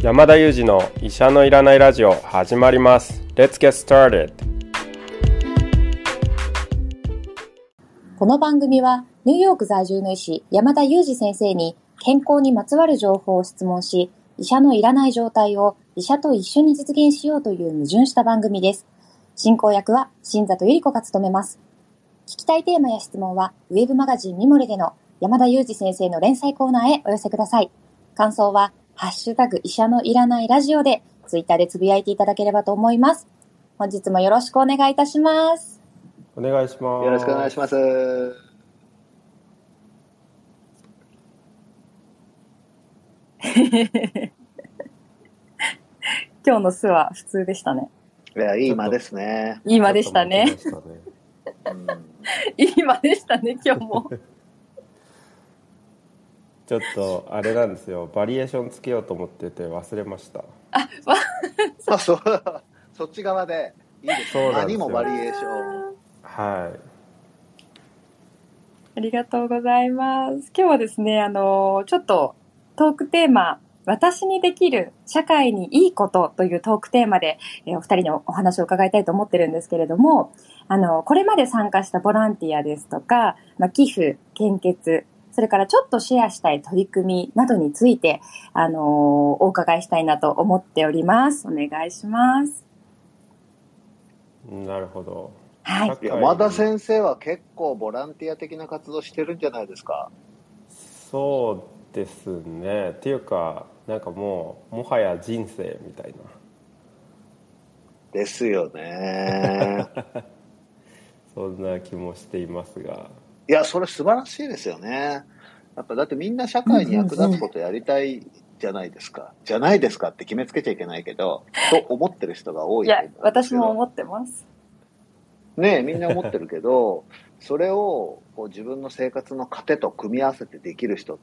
山田裕二の医者のいらないラジオ始まります。 Let's get started。 この番組はニューヨーク在住の医師山田裕二先生に健康にまつわる情報を質問し、医者のいらない状態を医者と一緒に実現しようという矛盾した番組です。進行役は新里百合子が務めます。聞きたいテーマや質問はウェブマガジンミモレでの山田裕二先生の連載コーナーへお寄せください。感想はハッシュタグ医者のいらないラジオでツイッターでつぶやいていただければと思います。本日もよろしくお願いいたします。 お願いします。 よろしくお願いします。 今日の巣は普通でしたね。 いや、いい間ですね。 いい間でしたね。いい間でしたね、今日も。 ちょっとあれなんですよ、バリエーションつけようと思ってて忘れました。 そっち側でいいですね。何もバリエーション。 はい。 ありがとうございます。今日はですね、ちょっとトークテーマ、私にできる社会にいいことというトークテーマで、お二人のお話を伺いたいと思ってるんですけれども、これまで参加したボランティアですとか、寄付、献血、それからちょっとシェアしたい取り組みなどについて、お伺いしたいなと思っております。お願いします。 なるほど。 はい。 山田先生は結構ボランティア的な活動してるんじゃないですか。 そうですね。っていうか、なんかもはや人生みたいな。 ですよね。 そんな気もしていますが。 いや、それ素晴らしいですよね。やっぱだってみんな社会に役立つことやりたいじゃないですか。じゃないですかって決めつけちゃいけないけど、と思ってる人が多いと思うんですけど。 いや、私も思ってます。 ねえ、みんな思ってるけど、それをこう自分の生活の糧と組み合わせてできる人って、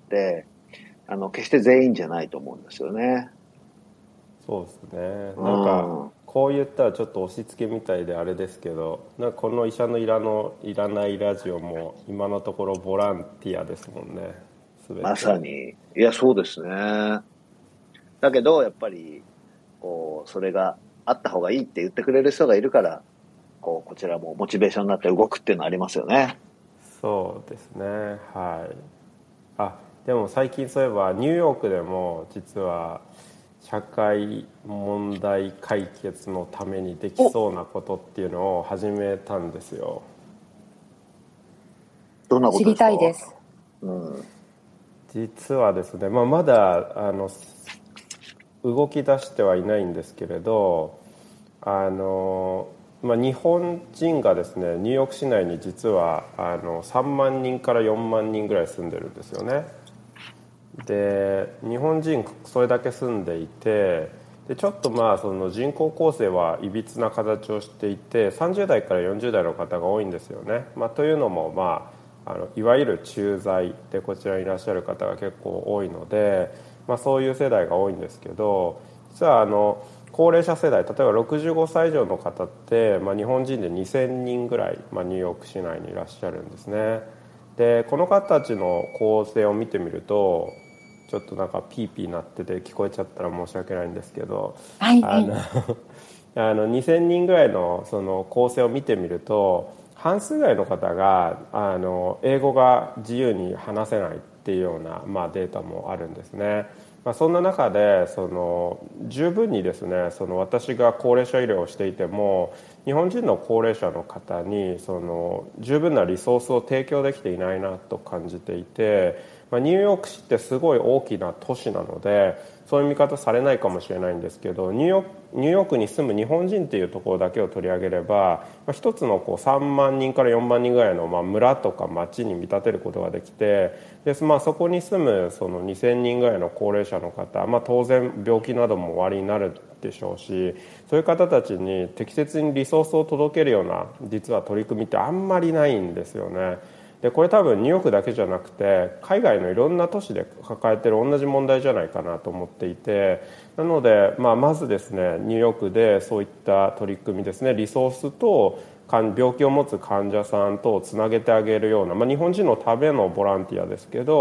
決して全員じゃないと思うんですよね。 そうですね。なんか、こう言ったらちょっと押し付けみたいであれですけど、なんかこの医者のいらないラジオも今のところボランティアですもんね。 まさに。いや、そうですね。だけど、やっぱり、こう、それがあった方がいいって言ってくれる人がいるから、こちらもモチベーションになって動くっていうのはありますよね。 そうですね。はい。でも最近そういえばニューヨークでも実は社会問題解決のためにできそうなことっていうのを始めたんですよ。 どんなことですか？ 知りたいです。 実はですね、まだ動き出してはいないんですけれど、日本人がですね、ニューヨーク市内に実は3万人から4万人ぐらい住んでるんですよね。で、日本人それだけ住んでいて、でちょっとその人口構成はいびつな形をしていて、30代から40代の方が多いんですよね。というのもいわゆる駐在でこちらにいらっしゃる方が結構多いので、そういう世代が多いんですけど、実は高齢者世代、例えば65歳以上の方って、日本人で2000人ぐらい、ニューヨーク市内にいらっしゃるんですね。でこの方たちの構成を見てみると、ちょっとなんかピーピー鳴ってて聞こえちゃったら申し訳ないんですけど、2000人ぐらいのその構成を見てみると、半数ぐらいの方が英語が自由に話せないっていうような、データもあるんですね。そんな中で十分にですね、私が高齢者医療をしていても日本人の高齢者の方に十分なリソースを提供できていないなと感じていて、ニューヨーク市ってすごい大きな都市なのでそういう見方されないかもしれないんですけど、ニューヨークに住む日本人っていうところだけを取り上げれば、一つの3万人から4万人ぐらいの村とか町に見立てることができて、で、そこに住むその2000人ぐらいの高齢者の方、当然病気などもおありになるでしょうし、そういう方たちに適切にリソースを届けるような実は取り組みってあんまりないんですよね。でこれ多分ニューヨークだけじゃなくて海外のいろんな都市で抱えている同じ問題じゃないかなと思っていて、なので、まずですね、ニューヨークでそういった取り組みですね、リソースと病気を持つ患者さんとつなげてあげるような、日本人のためのボランティアですけど、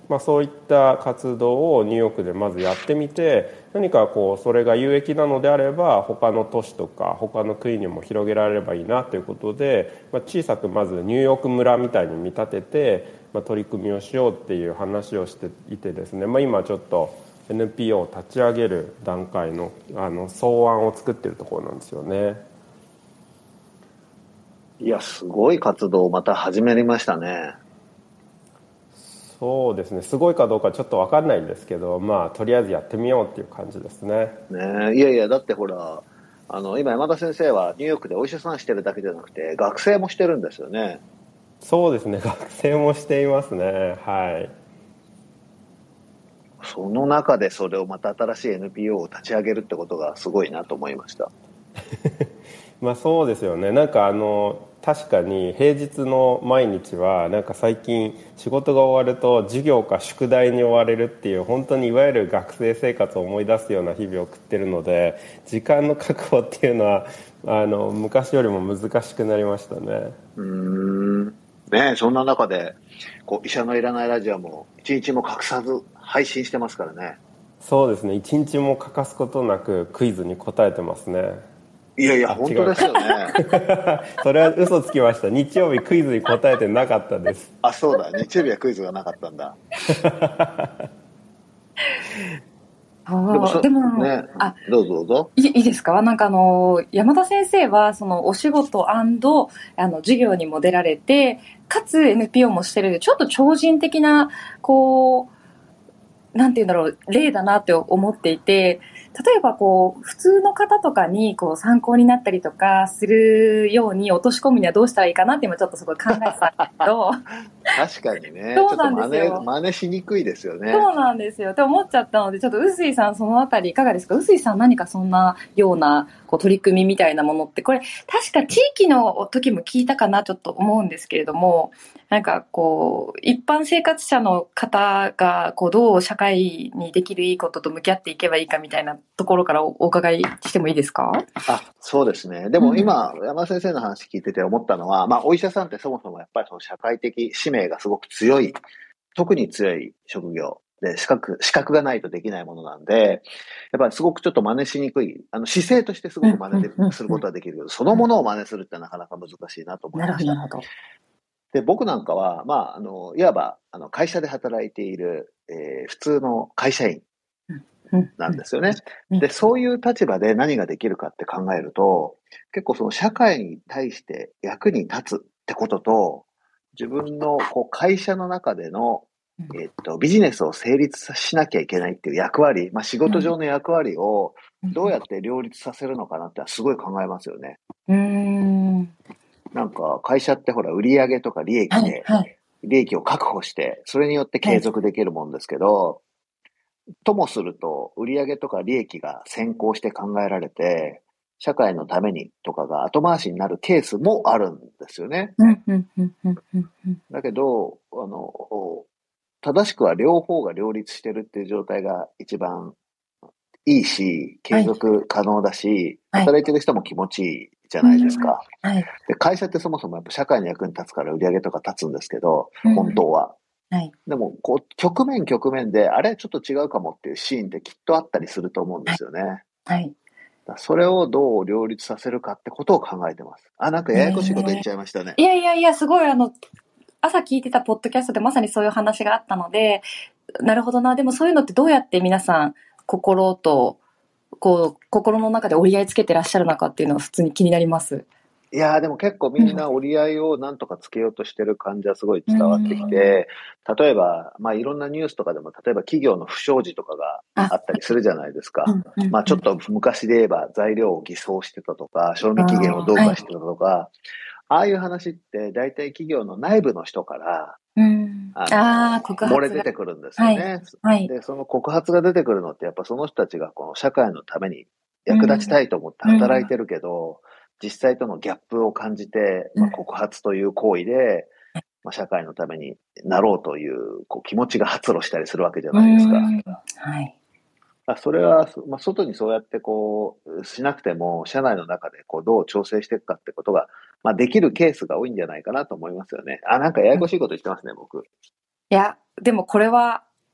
そういった活動をニューヨークでまずやってみて、何かそれが有益なのであれば他の都市とか他の国にも広げられればいいなということで、小さくまずニューヨーク村みたいに見立てて、取り組みをしようっていう話をしていてですね、今ちょっと NPO を立ち上げる段階の草案を作ってるところなんですよね。 いや、すごい活動をまた始めましたね。 そうですね、すごいかどうかちょっと分かんないんですけど、とりあえずやってみようっていう感じですね。 いやいや、だってほら、今山田先生はニューヨークでお医者さんしてるだけじゃなくて学生もしてるんですよね。 そうですね、学生もしていますね。はい。 その中でそれをまた新しい NPO を立ち上げるってことがすごいなと思いました。 そうですよね。確かに平日の毎日は最近仕事が終わると授業か宿題に追われるっていう、本当にいわゆる学生生活を思い出すような日々を送ってるので、時間の確保っていうのは昔よりも難しくなりましたね。 そんな中で医者のいらないラジオも一日も欠かさず配信してますからね。 そうですね、一日も欠かすことなくクイズに答えてますね。 いやいや、本当ですよね。 それは嘘つきました。日曜日クイズに答えてなかったです。 そうだ、日曜日はクイズがなかったんだ。でもね、どうぞどうぞ。 いいですか？山田先生はそのお仕事&授業にも出られて、かつ NPO もしてるで、ちょっと超人的ななんていうんだろう、例だなって思っていて、例えば普通の方とかに参考になったりとかするように落とし込むにはどうしたらいいかなって今ちょっとすごい考えてたんですけど確かにね、 そうなんですよ。 ちょっと真似しにくいですよね。 そうなんですよって思っちゃったので、ちょっと臼井さんそのあたりいかがですか？臼井さん何かそんなような取り組みみたいなものって、これ確か地域の時も聞いたかなちょっと思うんですけれども、一般生活者の方がどう社会にできるいいことと向き合っていけばいいかみたいなところからお伺いしてもいいですか？ そうですね。でも今、山田先生の話聞いてて思ったのは、お医者さんってそもそもやっぱりその社会的使命がすごく強い、特に強い職業で、資格がないとできないものなんで、やっぱりすごくちょっと真似しにくい、姿勢としてすごく真似することはできるけど、そのものを真似するってなかなか難しいなと思いました。 なるほど。 で、僕なんかは、いわば、会社で働いている、普通の会社員なんですよね。で、そういう立場で何ができるかって考えると、結構その社会に対して役に立つってことと、自分の会社の中での、ビジネスを成立しなきゃいけないっていう役割、仕事上の役割をどうやって両立させるのかなってすごい考えますよね。会社ってほら、売上とか利益で、利益を確保して、それによって継続できるもんですけど、ともすると、売上とか利益が先行して考えられて、社会のためにとかが後回しになるケースもあるんですよね。だけど、正しくは両方が両立してるっていう状態が一番いいし、継続可能だし、働いてる人も気持ちいいじゃないですか。で、会社ってそもそもやっぱ社会の役に立つから売上とか立つんですけど、本当は。でも、局面で、あれちょっと違うかもっていうシーンってきっとあったりすると思うんですよね。それをどう両立させるかってことを考えてます。ややこしいこと言っちゃいましたね。 いや、すごい朝聞いてたポッドキャストでまさにそういう話があったので、なるほどな。でもそういうのってどうやって皆さん心の中で折り合いつけてらっしゃるのかっていうのは普通に気になります。 いやでも結構みんな折り合いをなんとかつけようとしてる感じはすごい伝わってきて、例えば、いろんなニュースとかでも、例えば企業の不祥事とかがあったりするじゃないですか。ちょっと昔で言えば材料を偽装してたとか、賞味期限をどうかしてたとか、ああいう話って大体企業の内部の人から、漏れ出てくるんですよね。で、その告発が出てくるのってやっぱその人たちがこの社会のために役立ちたいと思って働いてるけど、実際とのギャップを感じて、告発という行為で、社会のためになろうという、気持ちが発露したりするわけじゃないですか。それは、外にそうやってしなくても、社内の中でどう調整していくかってことが、できるケースが多いんじゃないかなと思いますよね。ややこしいこと言ってますね、僕。 いや、でもこれは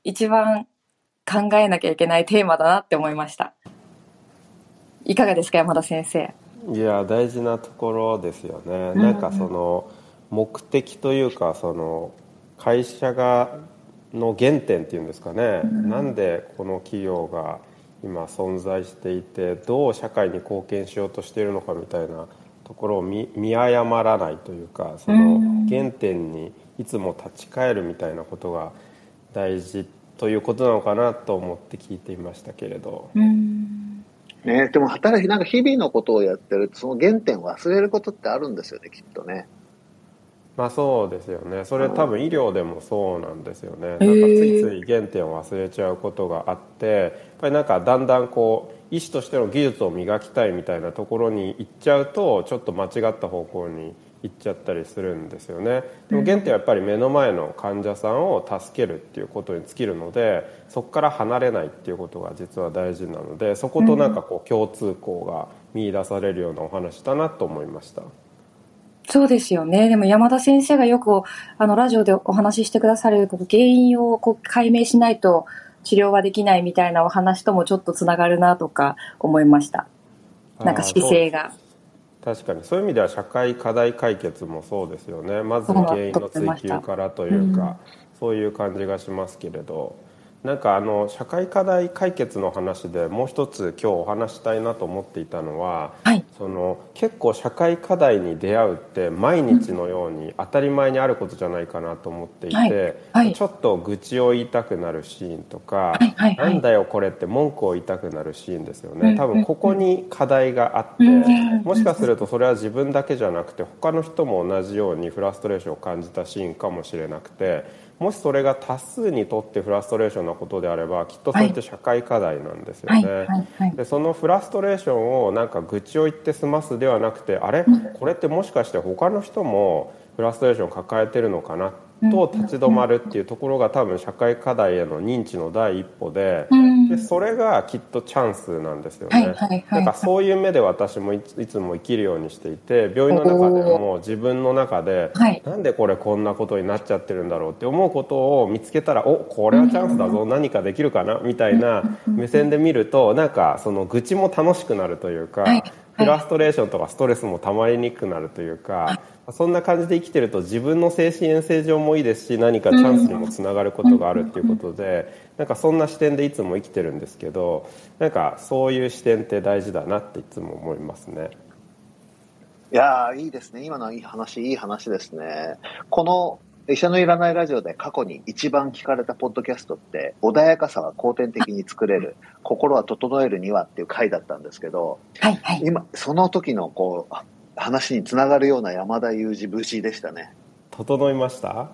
一番考えなきゃいけないテーマだなって思いました。いかがですか、山田先生。 いや大事なところですよね。なんかその目的というか、その会社の原点っていうんですかね、なんでこの企業が今存在していて、どう社会に貢献しようとしているのかみたいなところを見誤らないというか、その原点にいつも立ち返るみたいなことが大事ということなのかなと思って聞いていましたけれど、 ね、でもなんか日々のことをやってると、その原点を忘れることってあるんですよね、きっとね。 まあそうですよね。それ多分医療でもそうなんですよね。なんかついつい原点を忘れちゃうことがあって、やっぱりなんかだんだんこう医師としての技術を磨きたいみたいなところに行っちゃうと、ちょっと間違った方向に行っちゃったりするんですよね。でも原点はやっぱり目の前の患者さんを助けるっていうことに尽きるので、そこから離れないっていうことが実は大事なので、そことなんかこう共通項が見出されるようなお話だなと思いました。 そうですよね。でも山田先生がよくラジオでお話ししてくださる原因を解明しないと治療はできないみたいなお話ともちょっとつながるなとか思いました。なんか姿勢が。 確かにそういう意味では社会課題解決もそうですよね。まず原因の追求からというか、そういう感じがしますけれど、なんか社会課題解決の話でもう一つ今日お話したいなと思っていたのは、その結構社会課題に出会うって毎日のように当たり前にあることじゃないかなと思っていて、ちょっと愚痴を言いたくなるシーンとか、なんだよこれって文句を言いたくなるシーンですよね。多分ここに課題があって、もしかするとそれは自分だけじゃなくて他の人も同じようにフラストレーションを感じたシーンかもしれなくて、もしそれが多数にとってフラストレーションなことであれば、きっとそれって社会課題なんですよね。でそのフラストレーションをなんか愚痴を言って済ますではなくて、あれこれってもしかして他の人もフラストレーションを抱えてるのかなと立ち止まるっていうところが多分社会課題への認知の第一歩で、それがきっとチャンスなんですよね。なんかそういう目で私もいつも生きるようにしていて、病院の中でも自分の中でなんでこれこんなことになっちゃってるんだろうって思うことを見つけたら、これはチャンスだぞ、何かできるかなみたいな目線で見ると、なんかその愚痴も楽しくなるというか、フラストレーションとかストレスもたまりにくくなるというか、そんな感じで生きてると自分の精神衛生上もいいですし、何かチャンスにもつながることがあるっていうことで、なんかそんな視点でいつも生きてるんですけど、なんかそういう視点って大事だなっていつも思いますね。 いやー、いいですね。今のいい話ですね。この医者のいらないラジオで過去に一番聞かれたポッドキャストって、穏やかさは後天的に作れる、心は整えるにはっていう回だったんですけど、今その時のこう話につながるような山田裕二節でしたね。 整いました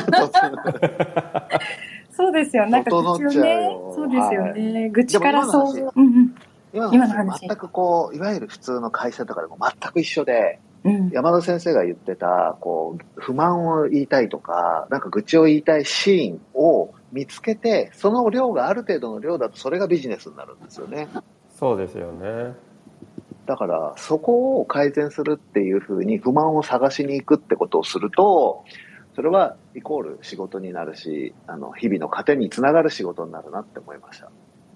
そうですよ。なんか整っちゃうよ。そうですよね。愚痴からそう。 今の話全くこういわゆる普通の会社とかでも全く一緒で、山田先生が言ってたこう不満を言いたいとか、なんか愚痴を言いたいシーンを見つけて、その量がある程度の量だとそれがビジネスになるんですよね。 そうですよね。 だからそこを改善するっていうふうに不満を探しに行くってことをすると、それはイコール仕事になるし、日々の糧につながる仕事になるなって思いました。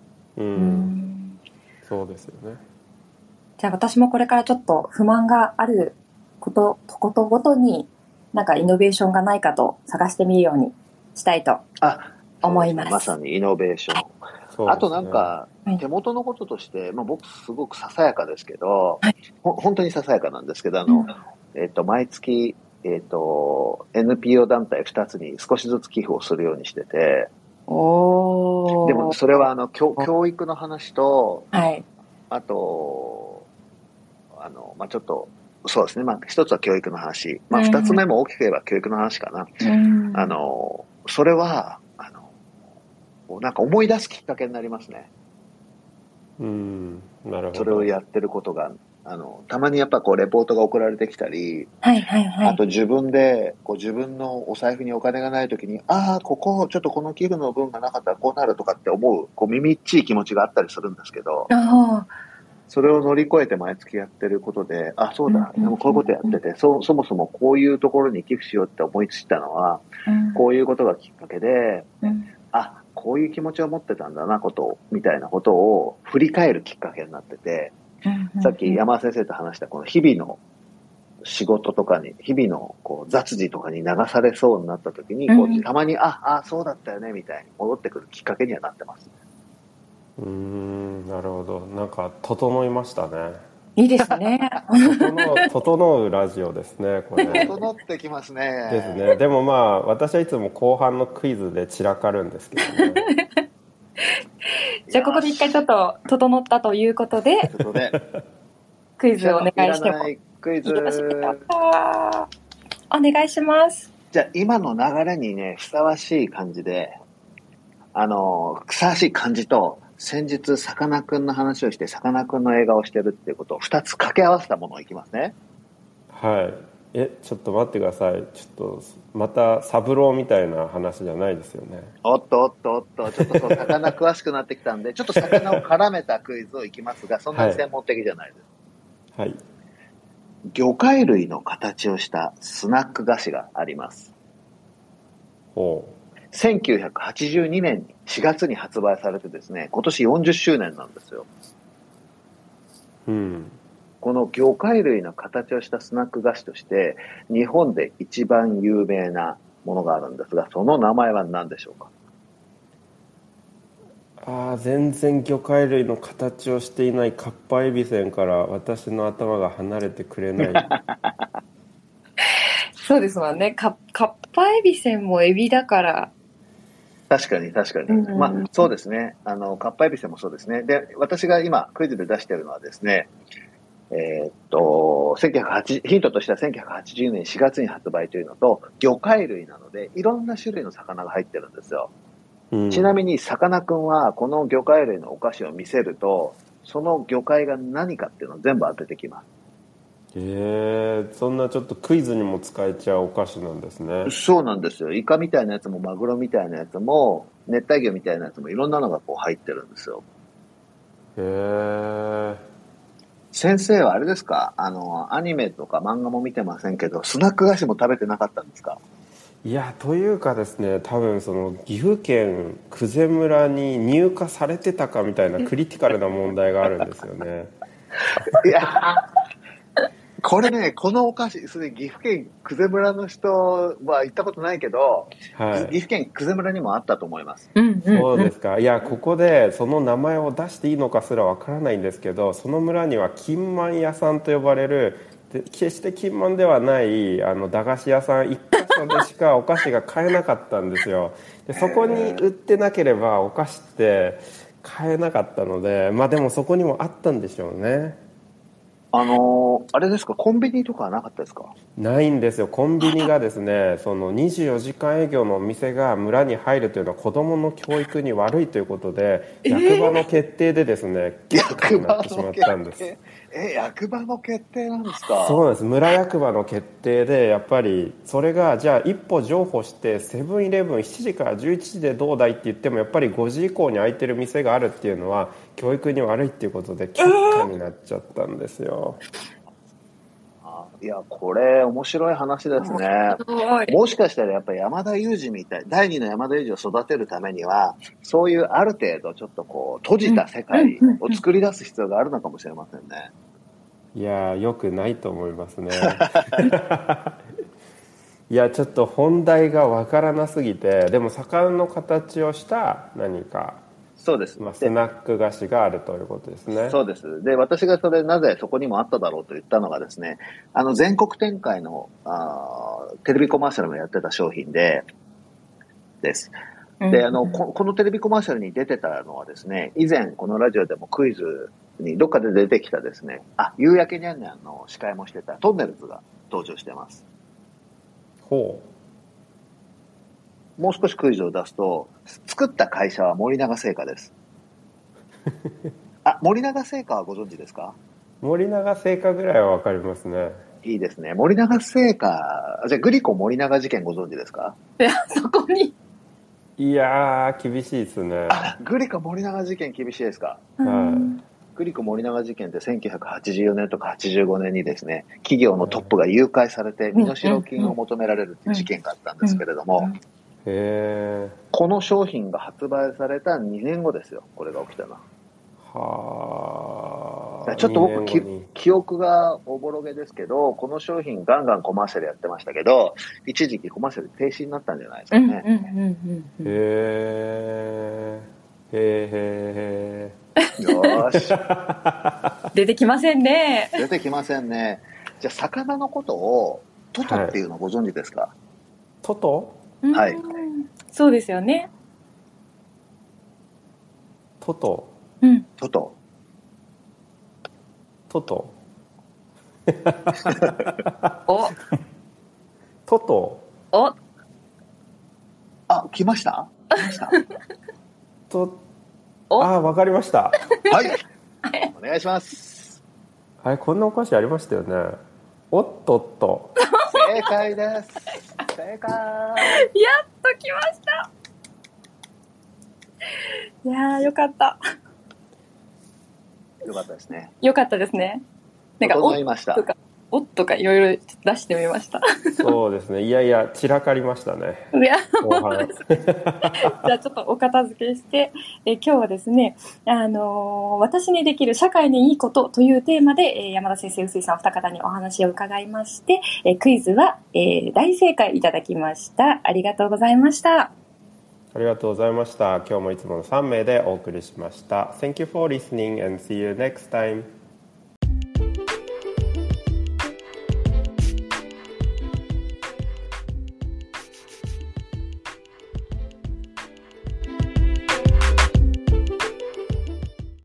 そうですよね。 じゃあ私もこれからちょっと不満があることごとになんかイノベーションがないかと探してみるようにしたいと思います。 まさにイノベーション。あとなんか手元のこととして、僕すごくささやかですけど、本当にささやかなんですけど、毎月NPO 団体2つに少しずつ寄付をするようにしてて、でもそれは教育の話と、あとちょっとそうですね、一つは教育の話、二つ目も大きく言えば教育の話かな。それはなんか思い出すきっかけになりますね。 なるほど。 それをやってることがたまにやっぱこうレポートが送られてきたり、あと自分でこう自分のお財布にお金がないときに、ちょっとこの寄付の分がなかったらこうなるとかって思う、こう耳っちい気持ちがあったりするんですけど、それを乗り越えて毎月やってることで、そうだ、でもこういうことやってて、そもそもこういうところに寄付しようって思いついたのは、こういうことがきっかけで、 こういう気持ちを持ってたんだなみたいなことを振り返るきっかけになってて、さっき山田先生と話したこの日々の仕事とかに、日々のこう雑事とかに流されそうになった時に、こうたまに、そうだったよね、みたいに戻ってくるきっかけにはなってます。 なるほど。なんか整いましたね。 いいですね。 整うラジオですね、これ。 整ってきますね。 ですね。でもまあ、私はいつも後半のクイズで散らかるんですけどね。 じゃあここで一回ちょっと整ったということで、クイズをお願いしても。 クイズ。 お願いします。 じゃあ今の流れにね、ふさわしい感じで、ふさわしい感じと、先日さかなクンの話をしてさかなクンの映画をしてるっていうことを2つ掛け合わせたものをいきますね。 はい。ちょっと待ってください。ちょっとまた三郎みたいな話じゃないですよね。 おっとちょっとそう魚詳しくなってきたんでちょっと魚を絡めたクイズをいきますが、そんなに専門的じゃないです。 はい。 魚介類の形をしたスナック菓子があります。 ほう。 1982年に4月に発売されてですね、今年40周年なんですよ。この魚介類の形をしたスナック菓子として日本で一番有名なものがあるんですが、その名前は何でしょうか？ 全然魚介類の形をしていないカッパエビせんから私の頭が離れてくれない。 そうですもんね。カッパエビせんもエビだから。確かに。 まあ、そうですね。カッパエビせんもそうですね。で、私が今クイズで出しているのはですね、ヒントとしては1980年4月に発売というのと、魚介類なのでいろんな種類の魚が入ってるんですよ。ちなみにさかなクンはこの魚介類のお菓子を見せると、その魚介が何かっていうのを全部当ててきます。 そんなちょっとクイズにも使えちゃうお菓子なんですね。 そうなんですよ。イカみたいなやつもマグロみたいなやつも熱帯魚みたいなやつもいろんなのがこう入ってるんですよ。先生はあれですか、アニメとか漫画も見てませんけど、スナック菓子も食べてなかったんですか？ いや、というかですね、多分その岐阜県久世村に入荷されてたかみたいなクリティカルな問題があるんですよね。 いやこれね、このお菓子、それ岐阜県久世村の人は行ったことないけど、岐阜県久世村にもあったと思います。 そうですか。いや、ここでその名前を出していいのかすらわからないんですけど、その村には金満屋さんと呼ばれる、決して金満ではない駄菓子屋さん一箇所でしかお菓子が買えなかったんですよ。でそこに売ってなければお菓子って買えなかったので、まあでもそこにもあったんでしょうね。 あれですか、コンビニとかはなかったですか？ ないんですよ。コンビニがですね、その24時間営業のお店が村に入るというのは子どもの教育に悪いということで、役場の決定でですね、却下になってしまったんです。 役場の決定なんですか？ そうなんです。村役場の決定で、やっぱりそれがじゃあ一歩譲歩してセブンイレブン7時から11時でどうだいって言っても、やっぱり5時以降に空いてる店があるっていうのは教育に悪いっていうことで却下になっちゃったんですよ。 いや、これ面白い話ですね。もしかしたらやっぱり山田裕二みたい、第二の山田裕二を育てるためには、そういうある程度ちょっとこう閉じた世界を作り出す必要があるのかもしれませんね。 いや、よくないと思いますね。いや、ちょっと本題がわからなすぎて、でも魚の形をした何か、 そうです、 スナック菓子があるということですね。 そうです。で、私がなぜそこにもあっただろうと言ったのがですね、全国展開のテレビコマーシャルもやってた商品です。で、このテレビコマーシャルに出てたのはですね、以前このラジオでもクイズにどっかで出てきたですね、夕焼けにゃんにゃんの司会もしてたトンネルズが登場してます。 ほう。 もう少しクイズを出すと、作った会社は森永製菓です。森永製菓はご存知ですか？ 森永製菓ぐらいはわかりますね。 いいですね。森永製菓、じゃあグリコ森永事件ご存知ですか？ いや、そこに。 いやー、厳しいですね。 グリコ森永事件厳しいですか？グリコ森永事件って1984年とか85年にですね、企業のトップが誘拐されて身代金を求められるという事件があったんですけれども、 へえ。 この商品が発売された2年後ですよ、これが起きたのは。 はあ。 ちょっと僕 2年後に記憶がおぼろげですけど、この商品ガンガンコマーシャルやってましたけど、一時期コマーシャル停止になったんじゃないですかね。 へえ。へえ。 よーし。 出てきませんね。 出てきませんね。じゃあ、魚のことをトトっていうのご存知ですか？ トト？ はい。 そうですよね。 トト。 トト。 トト。 お、 トト。 お、 あ、来ました？来ましたおわかりました。 はい。お願いします。 あれ、こんなお菓子ありましたよね。おっとっと。 正解です。正解。 やっと来ました。いやー、よかった。 よかったですね。 よかったですね。なんか、 整いました。 おっとかいろいろ出してみました。 そうですね。いやいや、散らかりましたね。 いや、 後半。 じゃあちょっとお片付けして、今日はですね、私にできる社会にいいことというテーマで、山田先生、臼井さんお二方にお話を伺いまして、クイズは、大正解いただきました。ありがとうございました。 ありがとうございました。今日もいつもの3名でお送りしました。Thank you for listening and see you next time.